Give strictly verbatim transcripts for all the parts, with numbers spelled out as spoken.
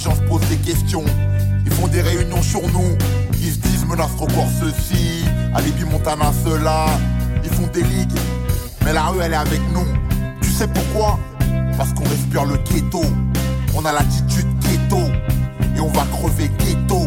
gens se posent des questions. Ils font des réunions sur nous. Ils se disent menace record ceci, alibi Montana cela. Ils font des ligues, mais la rue elle est avec nous. Tu sais pourquoi? Parce qu'on respire le ghetto. On a l'attitude ghetto et on va crever ghetto.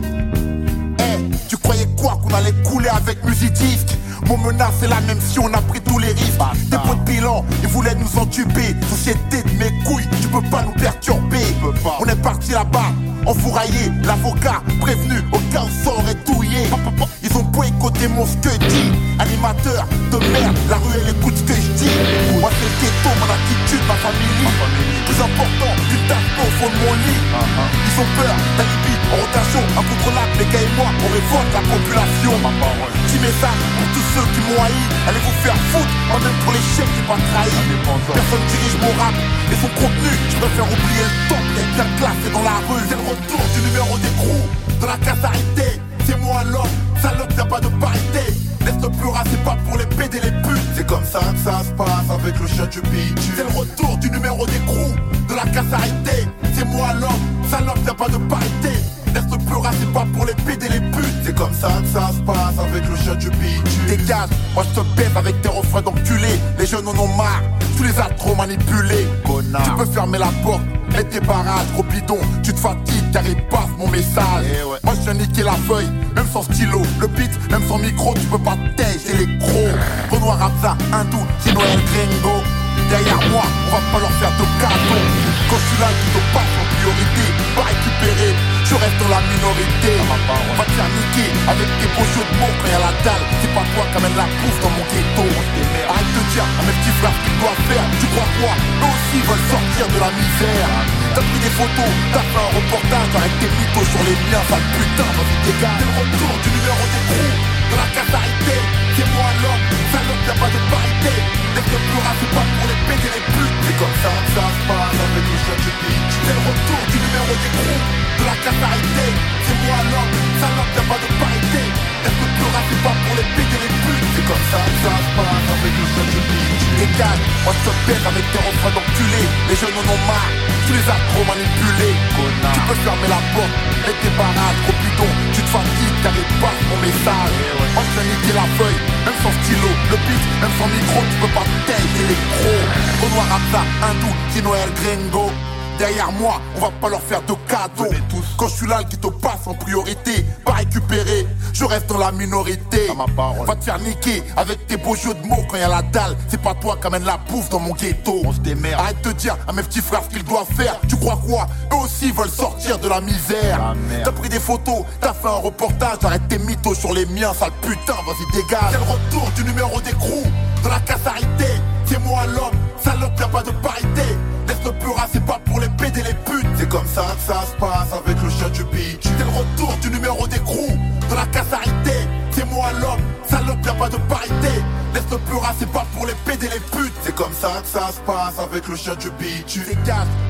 Eh, hey, tu croyais quoi qu'on allait couler avec Musidisc? Mon menace c'est la même si on a pris tous les risques. Des pots de bilan, ils voulaient nous entuber. Société de mes couilles, tu peux pas nous perturber. On est parti là-bas, enfouraillé, l'avocat prévenu au cas où ça aurait touillé. Ils ont boycotté mon ce que dit. Animateur de merde, la rue elle écoute ce que je dis. Moi c'est le ghetto, mon attitude, ma famille. Plus important qu'une tasse au fond de mon lit. Ils ont peur d'alibi, en rotation, incontrôlable. Les gars et moi, on révolte la population. Petit message pour tous ceux qui m'ont haï. Allez vous faire foutre, moi même pour les chèques j'ai pas trahi. Personne dirige mon rap et son contenu. Je préfère oublier le temps d'être bien classé dans la rue. C'est le retour du numéro d'écrou, de la casse arrêtée. C'est moi l'homme, salope y'a pas de parité. Laisse le plus ras, c'est pas pour les pédés les putes. C'est comme ça que ça se passe avec le chien du bitu. C'est le retour du numéro d'écrou, de la casse arrêtée. C'est moi l'homme, salope y'a pas de parité. Laisse le plus ras, c'est pas pour les pédés les putes. C'est comme ça que ça se passe avec le chien du bitu. Dégage, moi je te baisse avec tes refrains d'enculés. Les jeunes en ont marre, tu les as trop manipulés. Connard. Tu peux fermer la porte, mettre tes barrages, gros bidon. Tu te fatigues car il passe mon message. Eh ouais. Moi je viens niquer la feuille, même sans stylo. Le beat, même sans micro, tu peux pas t'aider, j'ai les crocs. Renoir Rapsa, hindou, chinois et gringo. Derrière moi, on va pas leur faire de cadeaux. Quand je suis là, tout te passe en priorité. Pas récupérer, je reste dans la minorité. On va te faire niquer avec tes beaux jeux de mots quand y'a la dalle. C'est pas toi qui amène la bouffe dans mon ghetto. Arrête de dire à mes petits frères ce qu'ils doivent faire. Tu crois quoi? Eux aussi veulent sortir de la misère. T'as pris des photos, t'as fait un reportage avec tes mythos sur les miens, sale putain, vas-y dégage. C'est le retour du numéro d'écrou, de la casse arrêtée. C'est moi l'homme, salope y'a pas de parité. Laisse le plus ras, c'est pas pour les pédés les putes. C'est comme ça que ça se passe avec le chien du bitch. C'est le retour du numéro d'écrou, de la casse arrêtée. C'est moi l'homme, salope y'a pas de parité. Laisse le plus ras, c'est pas pour les pédés les putes. C'est comme ça que ça se passe avec le chien du bitch. Dégage, moi je te baisse avec tes refrains d'enculés. Les jeunes en ont marre, tu les as trop manipulés. Connard. Tu peux fermer la porte, mettre tes barrages, gros bidon. Tu te fatigues car il passe mon message. Ouais. Moi je viens niquer la feuille, même sans stylo. Le beat, même sans micro, tu peux pas t'aider les crocs. Renoir Rapsa, hindou, chinois et gringo. Derrière moi, on va pas leur faire de cadeaux. Quand je suis là, le qui te passe en priorité. Pas récupérer, je reste dans la minorité. Va te faire niquer avec tes beaux jeux de mots quand y'a la dalle. C'est pas toi qui amène la bouffe dans mon ghetto. On se démerde. Arrête de dire à mes petits frères ce qu'ils doivent faire. Tu crois quoi? Eux aussi veulent sortir de la misère. T'as pris des photos, t'as fait un reportage. Arrête tes mythos sur les miens, sale putain, vas-y dégage. C'est le retour du numéro d'écrou, de la casse arrêtée. C'est moi l'homme, salope y'a pas de parité. Laisse le plus ras, c'est pas pour les pédés les putes. C'est comme ça que ça se passe avec le chien du bitch. C'est le retour du numéro d'écrou, de la casse arrêtée. C'est moi l'homme, salope y'a pas de parité. Laisse le plus ras, c'est pas pour les pédés les putes. C'est comme ça que ça se passe avec le chien du bitch. Dégage,